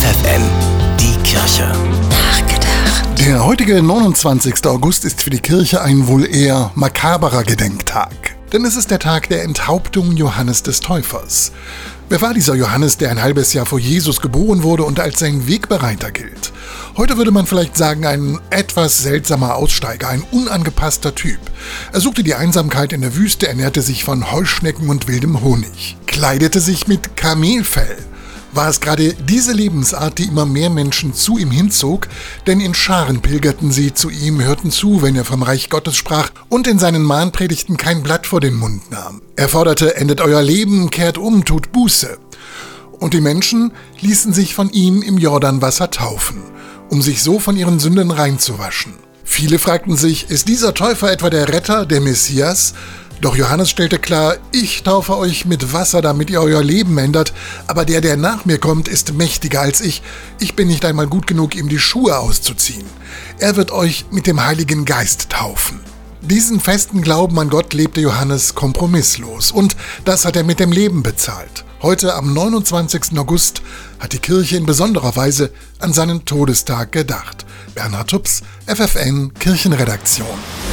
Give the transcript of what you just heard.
FFN, die Kirche. Nachgedacht. Der heutige 29. August ist für die Kirche ein wohl eher makaberer Gedenktag. Denn es ist der Tag der Enthauptung Johannes des Täufers. Wer war dieser Johannes, der ein halbes Jahr vor Jesus geboren wurde und als sein Wegbereiter gilt? Heute würde man vielleicht sagen, ein etwas seltsamer Aussteiger, ein unangepasster Typ. Er suchte die Einsamkeit in der Wüste, ernährte sich von Heuschnecken und wildem Honig, kleidete sich mit Kamelfell. War es gerade diese Lebensart, die immer mehr Menschen zu ihm hinzog, denn in Scharen pilgerten sie zu ihm, hörten zu, wenn er vom Reich Gottes sprach und in seinen Mahnpredigten kein Blatt vor den Mund nahm. Er forderte, endet euer Leben, kehrt um, tut Buße. Und die Menschen ließen sich von ihm im Jordanwasser taufen, um sich so von ihren Sünden reinzuwaschen. Viele fragten sich, ist dieser Täufer etwa der Retter, der Messias? Doch Johannes stellte klar, ich taufe euch mit Wasser, damit ihr euer Leben ändert, aber der nach mir kommt, ist mächtiger als ich. Ich bin nicht einmal gut genug, ihm die Schuhe auszuziehen. Er wird euch mit dem Heiligen Geist taufen. Diesen festen Glauben an Gott lebte Johannes kompromisslos und das hat er mit dem Leben bezahlt. Heute, am 29. August, hat die Kirche in besonderer Weise an seinen Todestag gedacht. Bernhard Tubbs, FFN Kirchenredaktion.